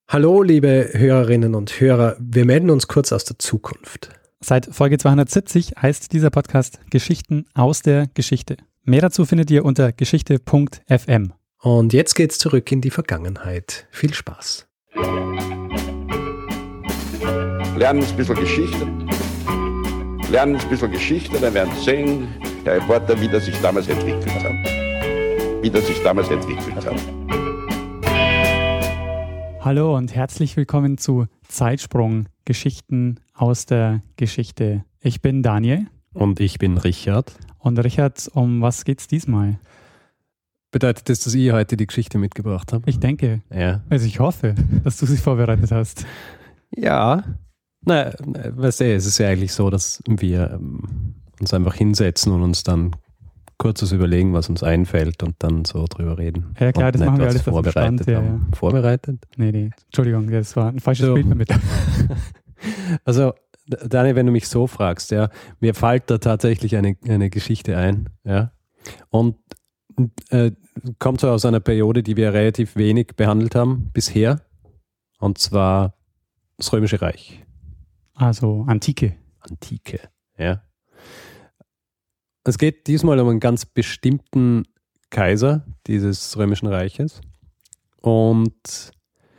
Hallo, liebe Hörerinnen und Hörer, wir melden uns kurz aus der Zukunft. Seit Folge 270 heißt dieser Podcast Geschichten aus der Geschichte. Mehr dazu findet ihr unter geschichte.fm. Und jetzt geht's zurück in die Vergangenheit. Viel Spaß. Lernen ein bisschen Geschichte. Lernen ein bisschen Geschichte, dann werden Sie sehen, Herr Reporter, wie das sich damals entwickelt hat. Hallo und herzlich willkommen zu Zeitsprung, Geschichten aus der Geschichte. Ich bin Daniel. Und ich bin Richard. Und Richard, um was geht's diesmal? Bedeutet das, dass ich heute die Geschichte mitgebracht habe? Ich denke. Ja. Also ich hoffe, dass du sie vorbereitet hast. Ja. Naja, weißt du, es ist ja eigentlich so, dass wir uns einfach hinsetzen und uns dann kurzes überlegen, was uns einfällt und dann so drüber reden. Ja klar, das machen wir alles vorbereitet. Ja. Vorbereitet? Nee, Entschuldigung, das war ein falsches Bild damit. Also, Daniel, wenn du mich so fragst, ja, mir fällt da tatsächlich eine Geschichte ein, ja, und kommt so aus einer Periode, die wir relativ wenig behandelt haben bisher, und zwar das Römische Reich. Also Antike, ja. Es geht diesmal um einen ganz bestimmten Kaiser dieses Römischen Reiches, und es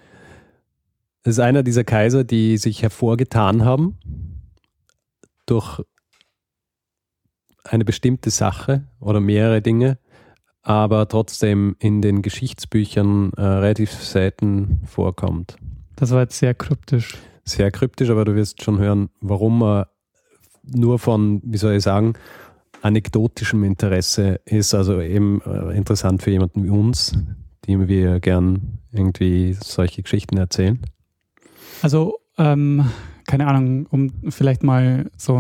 ist einer dieser Kaiser, die sich hervorgetan haben durch eine bestimmte Sache oder mehrere Dinge, aber trotzdem in den Geschichtsbüchern relativ selten vorkommt. Das war jetzt sehr kryptisch. Sehr kryptisch, aber du wirst schon hören, warum er nur von, wie soll ich sagen, anekdotischem Interesse ist, also eben interessant für jemanden wie uns, dem wir gern irgendwie solche Geschichten erzählen. Also, keine Ahnung, um vielleicht mal so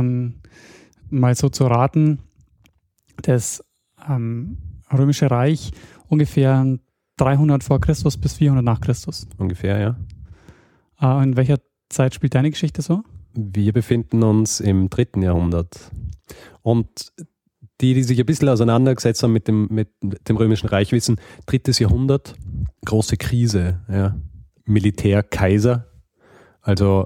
zu raten, das Römische Reich ungefähr 300 vor Christus bis 400 nach Christus. Ungefähr, ja. In welcher Zeit spielt deine Geschichte so? Wir befinden uns im 3. Jahrhundert. Und die sich ein bisschen auseinandergesetzt haben mit dem Römischen Reich, wissen, 3. Jahrhundert, große Krise, ja. Militärkaiser, also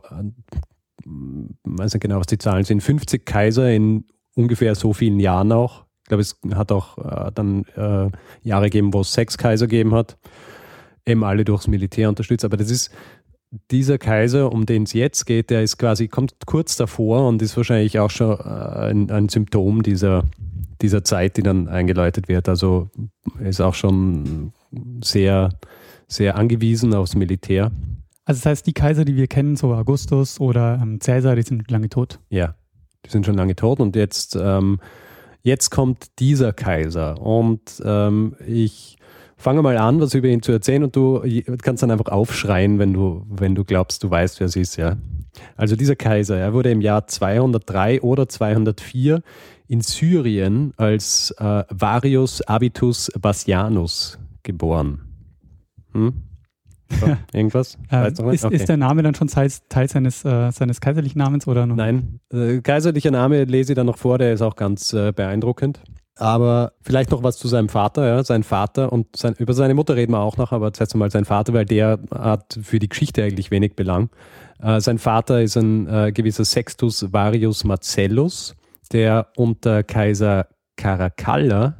weiß nicht genau, was die Zahlen sind, 50 Kaiser in ungefähr so vielen Jahren auch. Ich glaube, es hat auch dann Jahre gegeben, wo es 6 Kaiser gegeben hat, eben alle durchs Militär unterstützt, aber das ist dieser Kaiser, um den es jetzt geht, der ist quasi, kommt kurz davor und ist wahrscheinlich auch schon ein Symptom dieser Zeit, die dann eingeläutet wird. Also ist auch schon sehr, sehr angewiesen aufs Militär. Also das heißt, die Kaiser, die wir kennen, so Augustus oder Caesar, die sind lange tot? Ja, die sind schon lange tot und jetzt kommt dieser Kaiser und ich fange mal an, was über ihn zu erzählen, und du kannst dann einfach aufschreien, wenn du glaubst, du weißt, wer es ist. Ja. Also dieser Kaiser, er wurde im Jahr 203 oder 204 in Syrien als Varius Avitus Bassianus geboren. So, irgendwas? Ist der Name dann schon Teil seines kaiserlichen Namens oder noch? Nein, kaiserlicher Name lese ich dann noch vor, der ist auch ganz beeindruckend. Aber vielleicht noch was zu seinem Vater, ja, sein Vater, und über seine Mutter reden wir auch noch, aber zuerst einmal sein Vater, weil der hat für die Geschichte eigentlich wenig Belang. Sein Vater ist ein gewisser Sextus Varius Marcellus, der unter Kaiser Caracalla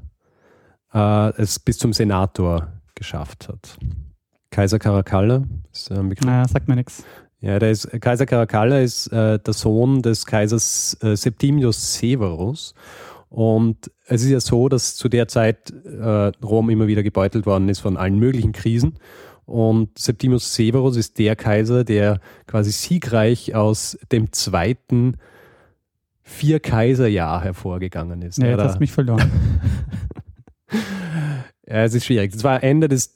es bis zum Senator geschafft hat. Kaiser Caracalla ist ein Begriff. Naja, sagt mir nichts. Ja, Kaiser Caracalla ist der Sohn des Kaisers Septimius Severus. Und es ist ja so, dass zu der Zeit Rom immer wieder gebeutelt worden ist von allen möglichen Krisen. Und Septimius Severus ist der Kaiser, der quasi siegreich aus dem zweiten 4-Kaiser-Jahr hervorgegangen ist. Ja, jetzt hast du mich verloren. Ja, es ist schwierig. Das war Ende des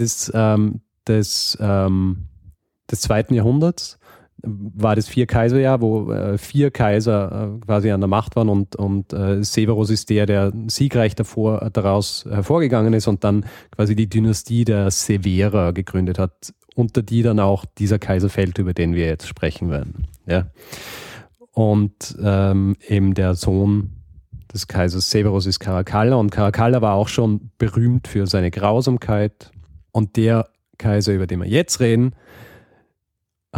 2. Jahrhunderts. War das 4-Kaiser-Jahr, wo 4 Kaiser quasi an der Macht waren, und Severus ist der siegreich daraus hervorgegangen ist und dann quasi die Dynastie der Severer gegründet hat, unter die dann auch dieser Kaiser fällt, über den wir jetzt sprechen werden. Ja. Und eben der Sohn des Kaisers Severus ist Caracalla, und Caracalla war auch schon berühmt für seine Grausamkeit, und der Kaiser, über den wir jetzt reden,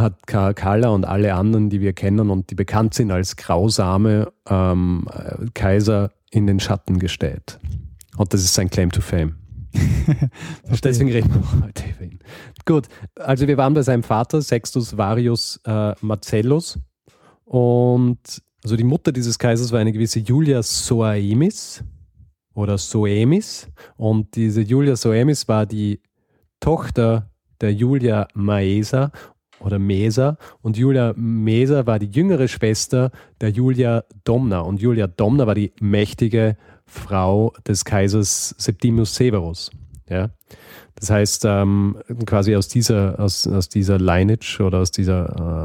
hat Caracalla und alle anderen, die wir kennen und die bekannt sind als grausame Kaiser, in den Schatten gestellt. Und das ist sein Claim to Fame. Und deswegen reden wir heute über ihn. Gut, also wir waren bei seinem Vater, Sextus Varius Marcellus. Und also die Mutter dieses Kaisers war eine gewisse Julia Soaemis oder Soemis. Und diese Julia Soemis war die Tochter der Julia Maesa oder Mesa. Und Julia Mesa war die jüngere Schwester der Julia Domna. Und Julia Domna war die mächtige Frau des Kaisers Septimius Severus. Ja? Das heißt, quasi aus dieser Lineage oder aus dieser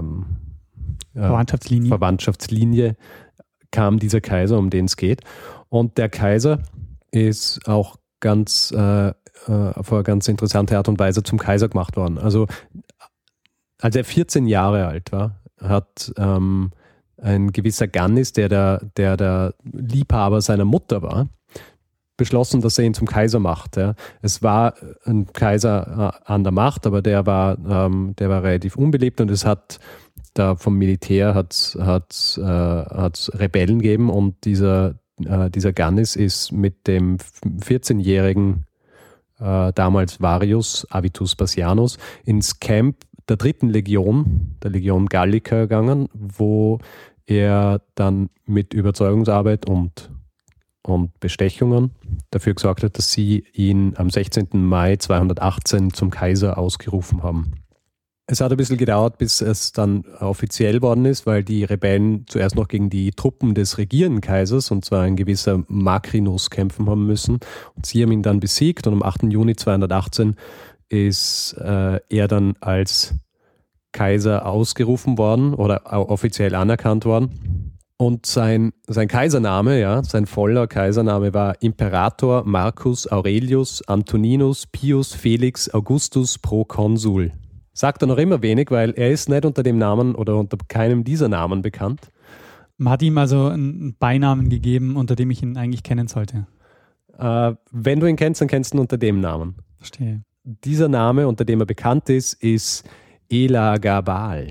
Verwandtschaftslinie kam dieser Kaiser, um den es geht. Und der Kaiser ist auch auf eine ganz interessante Art und Weise zum Kaiser gemacht worden. Also als er 14 Jahre alt war, hat ein gewisser Gannis, der der Liebhaber seiner Mutter war, beschlossen, dass er ihn zum Kaiser macht. Ja. Es war ein Kaiser an der Macht, aber der war relativ unbeliebt und es hat da vom Militär hat's Rebellen gegeben und dieser Gannis ist mit dem 14-jährigen damals Varius Avitus Bassianus ins Camp der 3. Legion, der Legion Gallica, gegangen, wo er dann mit Überzeugungsarbeit und Bestechungen dafür gesorgt hat, dass sie ihn am 16. Mai 218 zum Kaiser ausgerufen haben. Es hat ein bisschen gedauert, bis es dann offiziell worden ist, weil die Rebellen zuerst noch gegen die Truppen des regierenden Kaisers, und zwar ein gewisser Macrinus, kämpfen haben müssen. Und sie haben ihn dann besiegt und am 8. Juni 218 ist er dann als Kaiser ausgerufen worden oder offiziell anerkannt worden. Und sein Kaisername, sein voller Kaisername war Imperator Marcus Aurelius Antoninus Pius Felix Augustus Proconsul. Sagt er noch immer wenig, weil er ist nicht unter dem Namen oder unter keinem dieser Namen bekannt. Man hat ihm also einen Beinamen gegeben, unter dem ich ihn eigentlich kennen sollte. Wenn du ihn kennst, dann kennst du ihn unter dem Namen. Verstehe. Dieser Name, unter dem er bekannt ist Elagabal.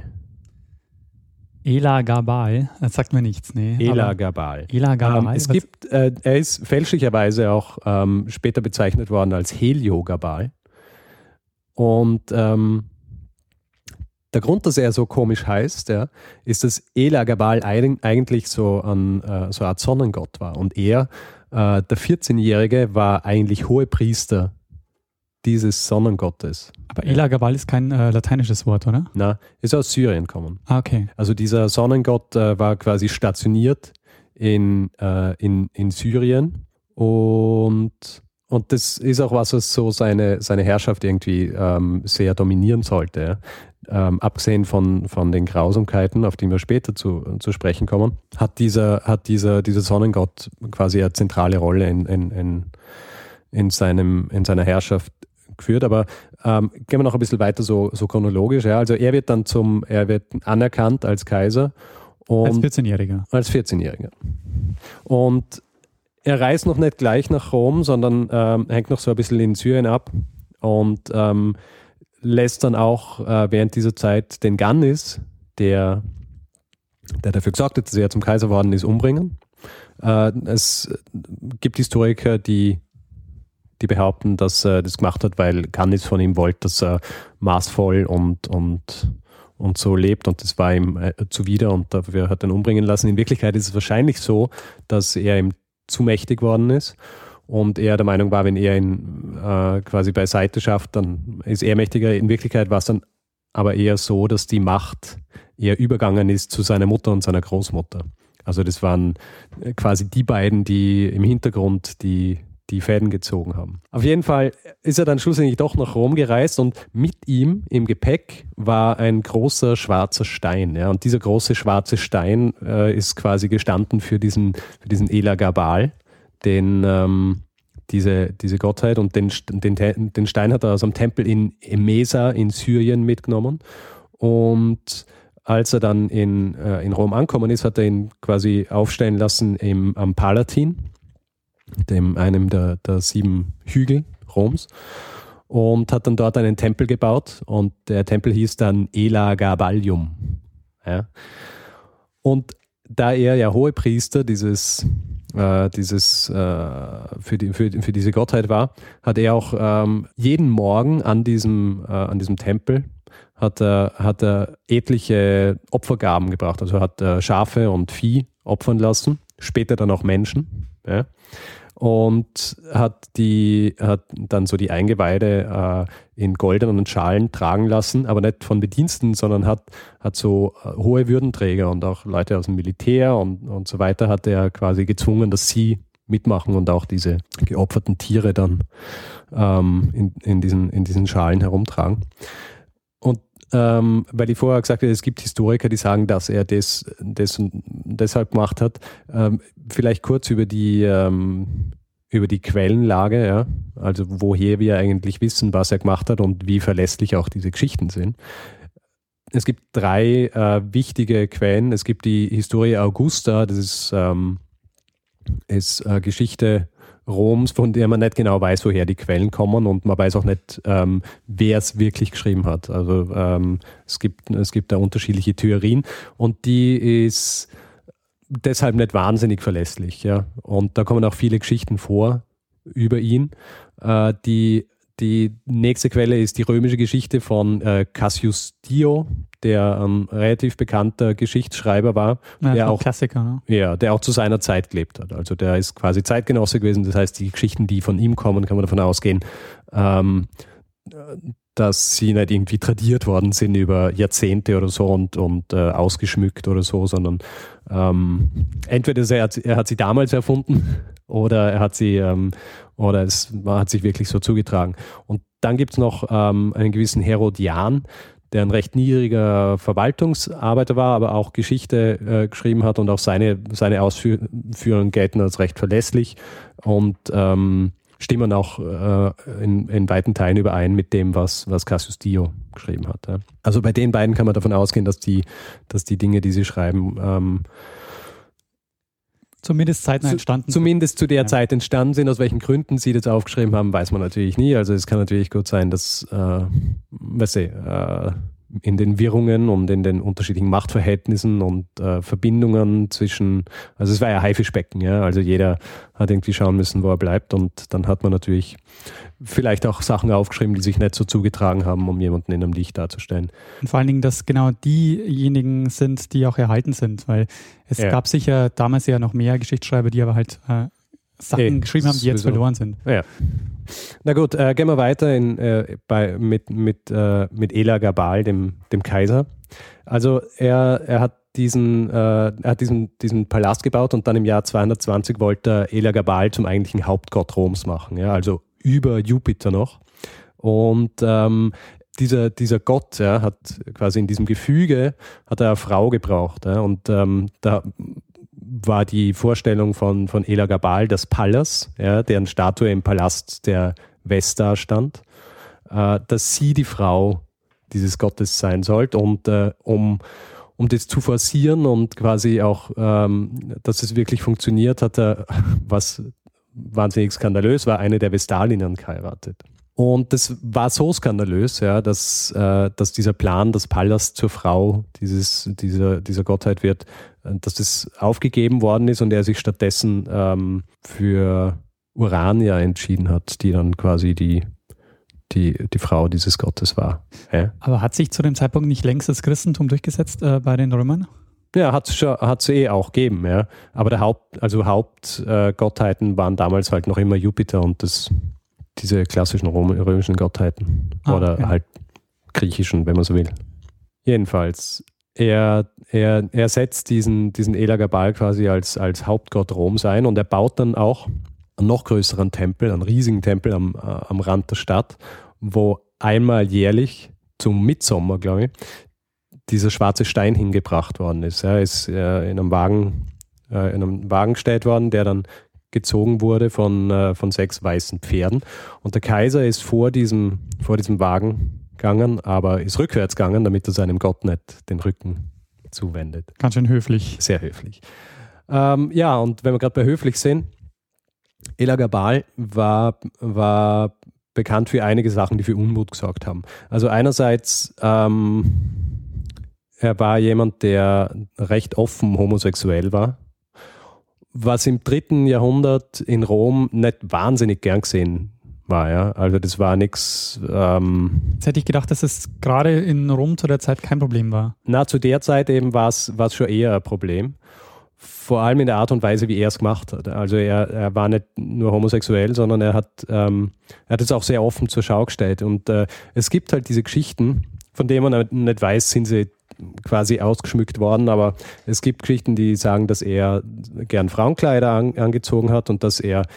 Elagabal, das sagt mir nichts, nee. Elagabal. Elagabal. Er ist fälschlicherweise auch später bezeichnet worden als Heliogabal. Und der Grund, dass er so komisch heißt, ist, dass Elagabal eigentlich so eine Art Sonnengott war. Und er, der 14-Jährige, war eigentlich Hohepriester dieses Sonnengottes. Aber Elagabal ist kein lateinisches Wort, oder? Na, ist aus Syrien gekommen. Ah, okay. Also dieser Sonnengott war quasi stationiert in Syrien und das ist auch was so seine Herrschaft irgendwie sehr dominieren sollte. Ja. Abgesehen von den Grausamkeiten, auf die wir später zu sprechen kommen, hat dieser Sonnengott quasi eine zentrale Rolle in seiner Herrschaft geführt. Aber gehen wir noch ein bisschen weiter so chronologisch. Ja. Also er wird anerkannt als Kaiser. Als 14-Jähriger. Als 14-Jähriger. Und er reist noch nicht gleich nach Rom, sondern hängt noch so ein bisschen in Syrien ab und lässt dann auch während dieser Zeit den Gannis, der dafür gesorgt hat, dass er zum Kaiser worden ist, umbringen. Es gibt Historiker, die behaupten, dass er das gemacht hat, weil Gannis von ihm wollte, dass er maßvoll und so lebt, und das war ihm zuwider und dafür hat er ihn umbringen lassen. In Wirklichkeit ist es wahrscheinlich so, dass er ihm zu mächtig worden ist und er der Meinung war, wenn er ihn quasi beiseite schafft, dann ist er mächtiger. In Wirklichkeit war es dann aber eher so, dass die Macht eher übergangen ist zu seiner Mutter und seiner Großmutter. Also das waren quasi die beiden, die im Hintergrund die Fäden gezogen haben. Auf jeden Fall ist er dann schlussendlich doch nach Rom gereist und mit ihm im Gepäck war ein großer schwarzer Stein. Ja, und dieser große schwarze Stein ist quasi gestanden für diesen Elagabal, diese Gottheit, und den Stein hat er aus einem Tempel in Emesa in Syrien mitgenommen. Und als er dann in Rom angekommen ist, hat er ihn quasi aufstellen lassen am Palatin, einem der 7 Hügel Roms. und hat dann dort einen Tempel gebaut und der Tempel hieß dann Elagabalium. Ja. Und da er ja Hohepriester für diese Gottheit war, hat er auch jeden Morgen an diesem Tempel hat er etliche Opfergaben gebracht. Also hat Schafe und Vieh opfern lassen, später dann auch Menschen. Ja. Und hat dann so die Eingeweide in goldenen Schalen tragen lassen, aber nicht von Bediensteten, sondern hat so hohe Würdenträger und auch Leute aus dem Militär und so weiter hat er quasi gezwungen, dass sie mitmachen und auch diese geopferten Tiere dann in diesen Schalen herumtragen. Und weil ich vorher gesagt habe, es gibt Historiker, die sagen, dass er das deshalb gemacht hat. Vielleicht kurz über die Quellenlage, ja? Also woher wir eigentlich wissen, was er gemacht hat und wie verlässlich auch diese Geschichten sind. Es gibt 3 wichtige Quellen. Es gibt die Historia Augusta, das ist Geschichte Roms, von der man nicht genau weiß, woher die Quellen kommen und man weiß auch nicht, wer es wirklich geschrieben hat. Also es gibt da unterschiedliche Theorien und die ist deshalb nicht wahnsinnig verlässlich. Ja? Und da kommen auch viele Geschichten vor über ihn. Die nächste Quelle ist die römische Geschichte von Cassius Dio, der ein relativ bekannter Geschichtsschreiber war. Ja, der auch Klassiker, ne? Ja, der auch zu seiner Zeit gelebt hat. Also der ist quasi Zeitgenosse gewesen. Das heißt, die Geschichten, die von ihm kommen, kann man davon ausgehen, dass sie nicht irgendwie tradiert worden sind über Jahrzehnte oder so und ausgeschmückt oder so, sondern entweder er hat sie damals erfunden oder es hat sich wirklich so zugetragen. Und dann gibt es noch einen gewissen Herodian, der ein recht niedriger Verwaltungsarbeiter war, aber auch Geschichte geschrieben hat und auch seine Ausführungen gelten als recht verlässlich und stimmen auch in weiten Teilen überein mit dem, was Cassius Dio geschrieben hat. Ja. Also bei den beiden kann man davon ausgehen, dass die Dinge, die sie schreiben, zumindest zeitnah entstanden zumindest zu der Zeit entstanden sind. Aus welchen Gründen sie das aufgeschrieben haben, weiß man natürlich nie. Also es kann natürlich gut sein, dass in den Wirrungen und in den unterschiedlichen Machtverhältnissen und Verbindungen zwischen, also es war ja Haifischbecken, ja, also jeder hat irgendwie schauen müssen, wo er bleibt und dann hat man natürlich vielleicht auch Sachen aufgeschrieben, die sich nicht so zugetragen haben, um jemanden in einem Licht darzustellen. Und vor allen Dingen, dass genau diejenigen sind, die auch erhalten sind, weil es gab sicher damals ja noch mehr Geschichtsschreiber, die aber halt Sachen geschrieben haben, die jetzt verloren sind. Ja. Na gut, gehen wir weiter mit Elagabal, dem Kaiser. Also er hat diesen Palast gebaut und dann im Jahr 220 wollte er Elagabal zum eigentlichen Hauptgott Roms machen, ja, also über Jupiter noch. Und dieser Gott hat quasi in diesem Gefüge hat er eine Frau gebraucht. Ja, und da war die Vorstellung von Elagabal, das Pallas, ja, deren Statue im Palast der Vesta stand, dass sie die Frau dieses Gottes sein sollte. Und um das zu forcieren und quasi auch, dass es wirklich funktioniert, hat er, was wahnsinnig skandalös war, eine der Vestalinnen geheiratet. Und das war so skandalös, ja, dass dieser Plan, dass Pallas zur Frau dieser Gottheit wird, dass das aufgegeben worden ist und er sich stattdessen für Urania entschieden hat, die dann quasi die Frau dieses Gottes war. Ja. Aber hat sich zu dem Zeitpunkt nicht längst das Christentum durchgesetzt bei den Römern? Ja, hat es auch gegeben, ja. Aber Hauptgottheiten waren damals halt noch immer Jupiter und diese klassischen römischen Gottheiten oder halt griechischen, wenn man so will. Jedenfalls, er setzt diesen Elagabal quasi als Hauptgott Roms ein und er baut dann auch einen noch größeren Tempel, einen riesigen Tempel am Rand der Stadt, wo einmal jährlich zum Mitsommer, glaube ich, dieser schwarze Stein hingebracht worden ist. Er ist in einem Wagen gestellt worden, der dann gezogen wurde von 6 weißen Pferden. Und der Kaiser ist vor diesem Wagen gegangen, aber ist rückwärts gegangen, damit er seinem Gott nicht den Rücken zuwendet. Ganz schön höflich. Sehr höflich. Und wenn wir gerade bei höflich sind, Elagabal war bekannt für einige Sachen, die für Unmut gesorgt haben. Also einerseits, er war jemand, der recht offen homosexuell war, was im 3. Jahrhundert in Rom nicht wahnsinnig gern gesehen war. Ja? Also das war nichts... Jetzt hätte ich gedacht, dass es gerade in Rom zu der Zeit kein Problem war. Na, zu der Zeit eben war es schon eher ein Problem. Vor allem in der Art und Weise, wie er es gemacht hat. Also er war nicht nur homosexuell, sondern er hat es auch sehr offen zur Schau gestellt. Und es gibt halt diese Geschichten, von denen man nicht weiß, sind sie quasi ausgeschmückt worden, aber es gibt Geschichten, die sagen, dass er gern Frauenkleider angezogen hat und dass er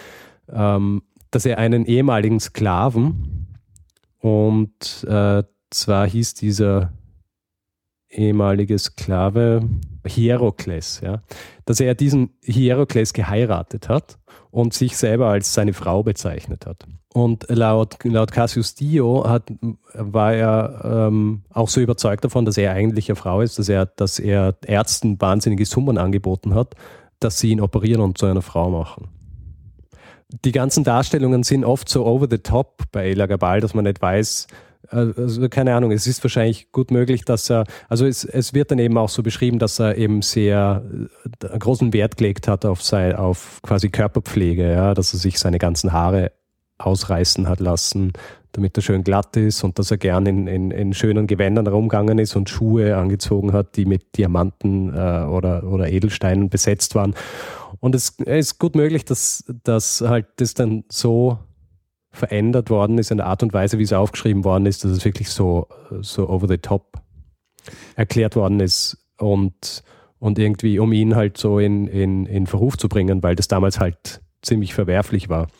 einen ehemaligen Sklaven, und zwar hieß dieser ehemalige Sklave Hierokles, ja, dass er diesen Hierokles geheiratet hat und sich selber als seine Frau bezeichnet hat. Und laut Cassius Dio war er auch so überzeugt davon, dass er eigentlich eine Frau ist, dass er Ärzten wahnsinnige Summen angeboten hat, dass sie ihn operieren und zu einer Frau machen. Die ganzen Darstellungen sind oft so over the top bei Elagabal, dass man nicht weiß, also keine Ahnung, es ist wahrscheinlich gut möglich, dass es wird dann eben auch so beschrieben, dass er eben sehr großen Wert gelegt hat auf quasi Körperpflege, ja, dass er sich seine ganzen Haare ausreißen hat lassen, damit er schön glatt ist, und dass er gern in schönen Gewändern herumgegangen ist und Schuhe angezogen hat, die mit Diamanten oder Edelsteinen besetzt waren. Und es ist gut möglich, dass halt das dann so verändert worden ist in der Art und Weise, wie es aufgeschrieben worden ist, dass es wirklich so over the top erklärt worden ist und irgendwie, um ihn halt so in Verruf zu bringen, weil das damals halt ziemlich verwerflich war.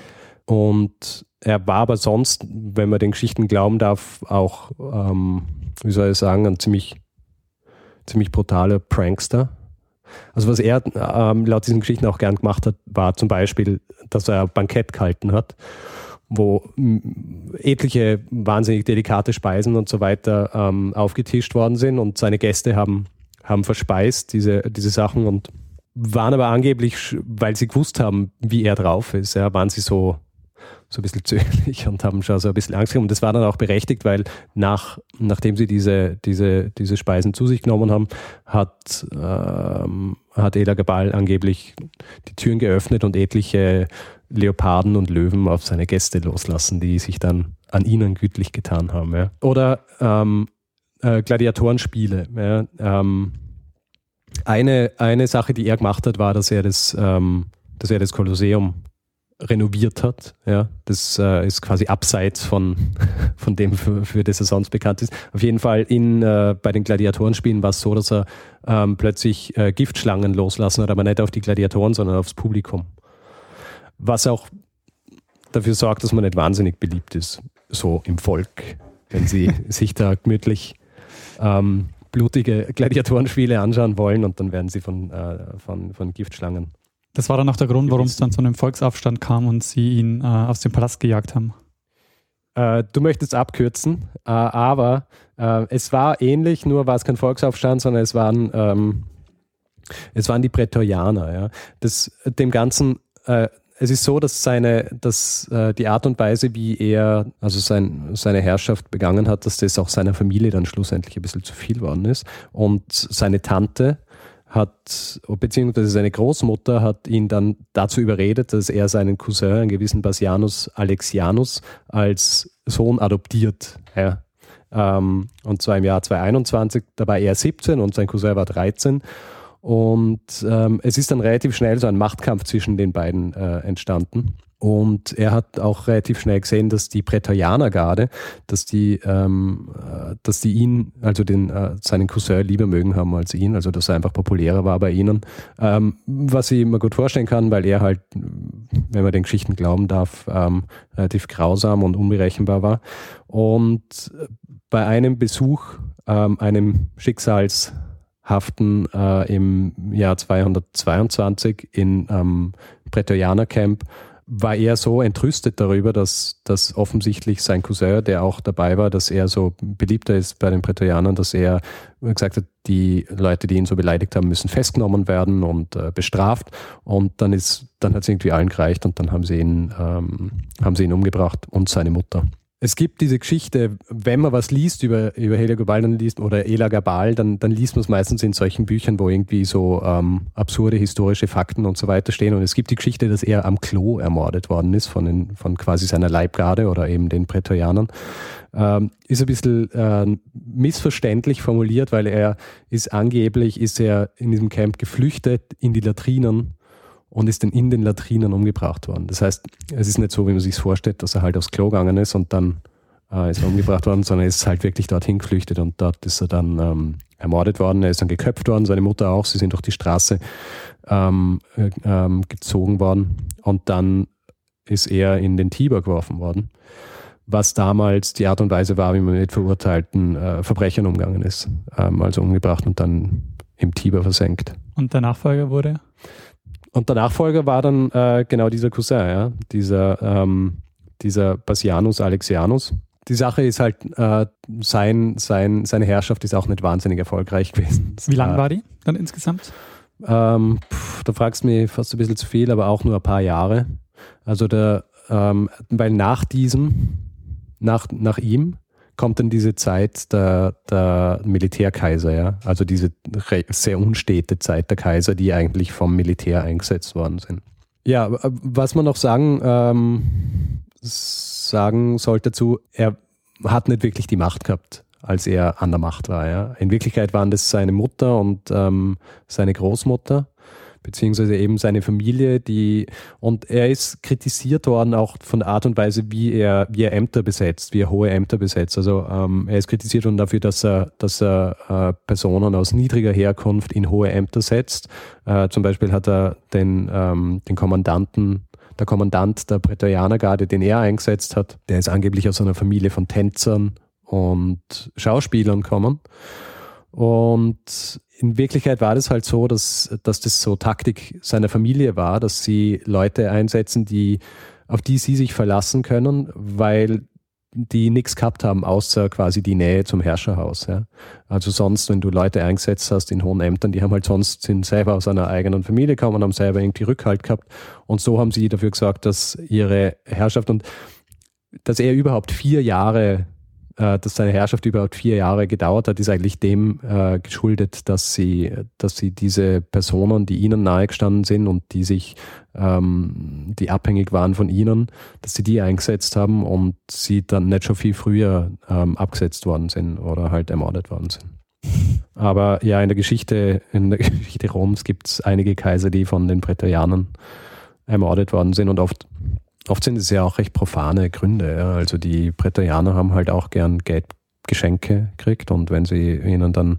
Und er war aber sonst, wenn man den Geschichten glauben darf, auch, wie soll ich sagen, ein ziemlich brutaler Prankster. Also was er laut diesen Geschichten auch gern gemacht hat, war zum Beispiel, dass er ein Bankett gehalten hat, wo etliche wahnsinnig delikate Speisen und so weiter aufgetischt worden sind, und seine Gäste haben verspeist diese Sachen und waren aber angeblich, weil sie gewusst haben, wie er drauf ist, ja, waren sie so ein bisschen zögerlich und haben schon so ein bisschen Angst gehabt. Und das war dann auch berechtigt, weil nachdem sie diese Speisen zu sich genommen haben, hat Elagabal angeblich die Türen geöffnet und etliche Leoparden und Löwen auf seine Gäste loslassen, die sich dann an ihnen gütlich getan haben. Ja. Oder Gladiatorenspiele. Ja. Eine Sache, die er gemacht hat, war, dass er das Kolosseum renoviert hat. Ja. Das ist quasi abseits von dem, für das er sonst bekannt ist. Auf jeden Fall bei den Gladiatorenspielen war es so, dass er plötzlich Giftschlangen loslassen hat, aber nicht auf die Gladiatoren, sondern aufs Publikum. Was auch dafür sorgt, dass man nicht wahnsinnig beliebt ist, so im Volk, wenn sie sich da gemütlich blutige Gladiatorenspiele anschauen wollen, und dann werden sie von Giftschlangen. Das war dann auch der Grund, warum es dann zu einem Volksaufstand kam und sie ihn aus dem Palast gejagt haben. Du möchtest abkürzen, aber es war ähnlich, nur war es kein Volksaufstand, sondern es waren die Prätorianer. Ja. Dem Ganzen es ist so, dass die Art und Weise, wie er seine Herrschaft begangen hat, dass das auch seiner Familie dann schlussendlich ein bisschen zu viel worden ist. Und seine Tante beziehungsweise seine Großmutter hat ihn dann dazu überredet, dass er seinen Cousin, einen gewissen Bassianus Alexianus, als Sohn adoptiert. Ja. Und zwar im Jahr 221, da war er 17 und sein Cousin war 13. Und es ist dann relativ schnell so ein Machtkampf zwischen den beiden entstanden. Und er hat auch relativ schnell gesehen, dass die Prätorianergarde, dass die ihn, also seinen Cousin lieber mögen haben als ihn, also dass er einfach populärer war bei ihnen. Was ich mir gut vorstellen kann, weil er halt, wenn man den Geschichten glauben darf, relativ grausam und unberechenbar war. Und bei einem Besuch, einem Schicksalshaften im Jahr 222 in Prätorianercamp, war er so entrüstet darüber, dass offensichtlich sein Cousin, der auch dabei war, dass er so beliebter ist bei den Prätorianern, dass er gesagt hat, die Leute, die ihn so beleidigt haben, müssen festgenommen werden und bestraft. Und dann hat es irgendwie allen gereicht und dann haben sie ihn umgebracht und seine Mutter. Es gibt diese Geschichte, wenn man was liest über Heliogabalus dann liest oder Elagabal, dann liest man es meistens in solchen Büchern, wo irgendwie so absurde historische Fakten und so weiter stehen. Und es gibt die Geschichte, dass er am Klo ermordet worden ist von quasi seiner Leibgarde oder eben den Prätorianern. Ist ein bisschen missverständlich formuliert, weil er ist in diesem Camp geflüchtet in die Latrinen und ist dann in den Latrinen umgebracht worden. Das heißt, es ist nicht so, wie man sich es vorstellt, dass er halt aufs Klo gegangen ist und dann ist er umgebracht worden, sondern er ist halt wirklich dorthin geflüchtet und dort ist er dann ermordet worden. Er ist dann geköpft worden, seine Mutter auch. Sie sind durch die Straße gezogen worden und dann ist er in den Tiber geworfen worden, was damals die Art und Weise war, wie man mit verurteilten Verbrechern umgegangen ist. Also umgebracht und dann im Tiber versenkt. Und der Nachfolger wurde? Und der Nachfolger war dann genau dieser Cousin, ja? dieser Bassianus Alexianus. Die Sache ist halt, seine Herrschaft ist auch nicht wahnsinnig erfolgreich gewesen. Wie lang war die dann insgesamt? Da fragst du mich fast ein bisschen zu viel, aber auch nur ein paar Jahre. Also weil nach ihm kommt dann diese Zeit der Militärkaiser, ja, also diese sehr unstete Zeit der Kaiser, die eigentlich vom Militär eingesetzt worden sind. Ja, was man noch sagen sollte dazu, er hat nicht wirklich die Macht gehabt, als er an der Macht war. Ja. In Wirklichkeit waren das seine Mutter und seine Großmutter, beziehungsweise eben seine Familie, und er ist kritisiert worden auch von der Art und Weise, wie er Ämter besetzt, wie er hohe Ämter besetzt. Also er ist kritisiert worden dafür, dass er Personen aus niedriger Herkunft in hohe Ämter setzt. Zum Beispiel hat er der Kommandant der Prätorianergarde, den er eingesetzt hat, der ist angeblich aus einer Familie von Tänzern und Schauspielern gekommen. Und in Wirklichkeit war das halt so, dass das so Taktik seiner Familie war, dass sie Leute einsetzen, auf die sie sich verlassen können, weil die nichts gehabt haben, außer quasi die Nähe zum Herrscherhaus. Ja. Also sonst, wenn du Leute eingesetzt hast in hohen Ämtern, die haben halt sind selber aus einer eigenen Familie gekommen und haben selber irgendwie Rückhalt gehabt. Und so haben sie dafür gesorgt, dass ihre Herrschaft und dass er überhaupt 4 Jahre dass seine Herrschaft überhaupt 4 Jahre gedauert hat, ist eigentlich dem geschuldet, dass sie diese Personen, die ihnen nahegestanden sind und die abhängig waren von ihnen, dass sie die eingesetzt haben und sie dann nicht schon viel früher abgesetzt worden sind oder halt ermordet worden sind. Aber ja, in der Geschichte Roms gibt es einige Kaiser, die von den Prätorianern ermordet worden sind und oft sind es ja auch recht profane Gründe. Ja. Also die Prätorianer haben halt auch gern Geldgeschenke gekriegt und wenn sie ihnen dann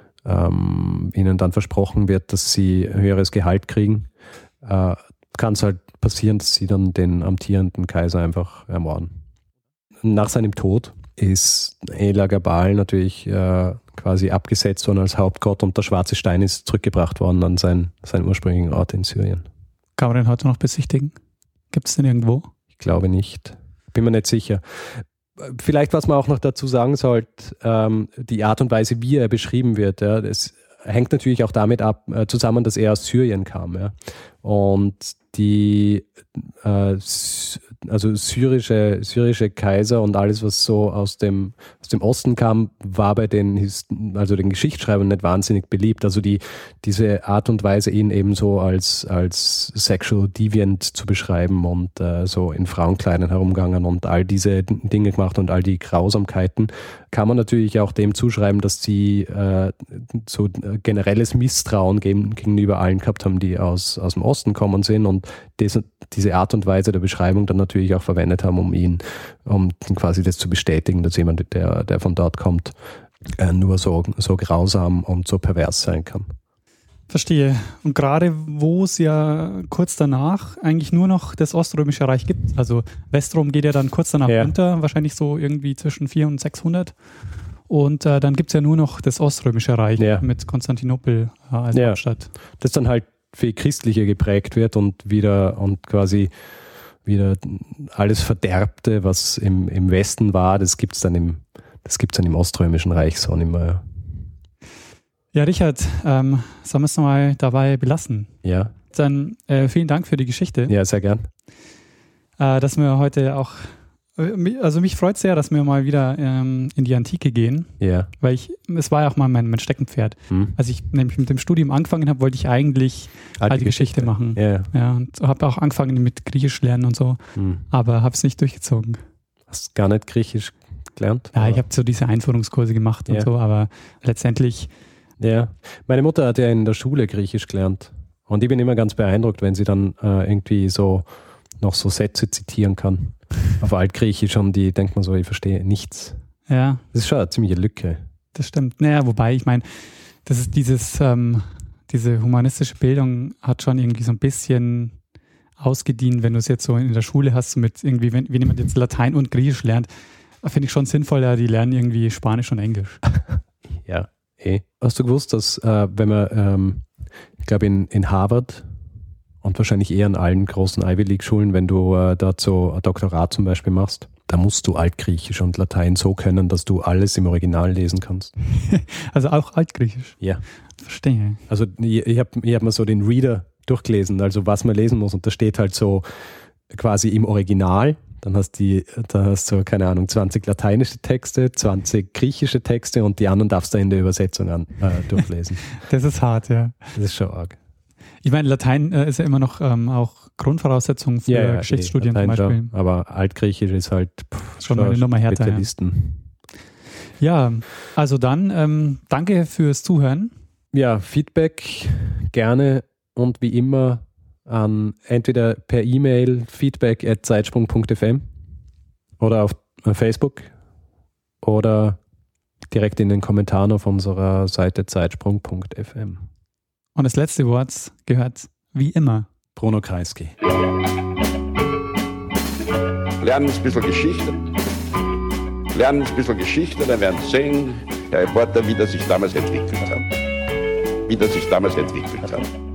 versprochen wird, dass sie höheres Gehalt kriegen, kann es halt passieren, dass sie dann den amtierenden Kaiser einfach ermorden. Nach seinem Tod ist Elagabal natürlich quasi abgesetzt worden als Hauptgott und der schwarze Stein ist zurückgebracht worden an seinen ursprünglichen Ort in Syrien. Kann man den heute noch besichtigen? Gibt es den irgendwo? Ich glaube nicht. Bin mir nicht sicher. Vielleicht, was man auch noch dazu sagen sollte, die Art und Weise, wie er beschrieben wird, ja, das hängt natürlich auch damit zusammen, dass er aus Syrien kam. Ja. Und die syrische Kaiser und alles, was so aus dem Osten kam, war bei den Geschichtsschreibern nicht wahnsinnig beliebt. Also diese Art und Weise, ihn eben so als sexual deviant zu beschreiben und so in Frauenkleidern herumgegangen und all diese Dinge gemacht und all die Grausamkeiten, kann man natürlich auch dem zuschreiben, dass sie so generelles Misstrauen gegenüber allen gehabt haben, die aus dem Osten kommen sind und diese Art und Weise der Beschreibung dann natürlich auch verwendet haben, um quasi das zu bestätigen, dass jemand, der von dort kommt, nur so grausam und so pervers sein kann. Verstehe. Und gerade wo es ja kurz danach eigentlich nur noch das Oströmische Reich gibt, also Westrom geht ja dann kurz danach runter, wahrscheinlich so irgendwie zwischen 400 und 600. Und dann gibt es ja nur noch das Oströmische Reich mit Konstantinopel als Hauptstadt. Das dann halt für Christliche geprägt wird und quasi wieder alles Verderbte, was im Westen war, das gibt es dann im Oströmischen Reich so nicht mehr. Ja, Richard, sollen wir es nochmal dabei belassen? Ja. Dann vielen Dank für die Geschichte. Ja, sehr gern. Dass wir heute auch, also mich freut es sehr, dass wir mal wieder in die Antike gehen. Ja. Weil es war ja auch mal mein Steckenpferd. Als ich nämlich mit dem Studium angefangen habe, wollte ich eigentlich alte Geschichte machen. Ja. Ja, und habe auch angefangen mit Griechisch lernen und so, aber habe es nicht durchgezogen. Hast du gar nicht Griechisch gelernt? Ja, ich habe so diese Einführungskurse gemacht und so, aber letztendlich... Ja, meine Mutter hat ja in der Schule Griechisch gelernt und ich bin immer ganz beeindruckt, wenn sie dann irgendwie so noch so Sätze zitieren kann auf Altgriechisch und die denkt man so, ich verstehe nichts. Ja. Das ist schon eine ziemliche Lücke. Das stimmt. Naja, wobei, ich meine, das ist diese humanistische Bildung hat schon irgendwie so ein bisschen ausgedient, wenn du es jetzt so in der Schule hast, mit irgendwie, wenn jemand jetzt Latein und Griechisch lernt, finde ich schon sinnvoller, die lernen irgendwie Spanisch und Englisch. Ja. Hast du gewusst, dass wenn man, ich glaube in Harvard und wahrscheinlich eher an allen großen Ivy League Schulen, wenn du dort so ein Doktorat zum Beispiel machst, da musst du Altgriechisch und Latein so können, dass du alles im Original lesen kannst. Also auch Altgriechisch? Ja. Verstehe. Also ich hab mir so den Reader durchgelesen, also was man lesen muss und da steht halt so quasi im Original. Dann hast du, keine Ahnung, 20 lateinische Texte, 20 griechische Texte und die anderen darfst du in der Übersetzung durchlesen. Das ist hart, ja. Das ist schon arg. Ich meine, Latein ist ja immer noch auch Grundvoraussetzung für Geschichtsstudien zum Beispiel. Schon, aber Altgriechisch ist halt schon eine Nummer härter. Ja, also dann danke fürs Zuhören. Ja, Feedback gerne und wie immer an entweder per E-Mail feedback@zeitsprung.fm oder auf Facebook oder direkt in den Kommentaren auf unserer Seite zeitsprung.fm. Und das letzte Wort gehört wie immer Bruno Kreisky. Lernen ein bisschen Geschichte. Lernen ein bisschen Geschichte, dann werden Sie sehen, der Reporter, wie das sich damals entwickelt hat.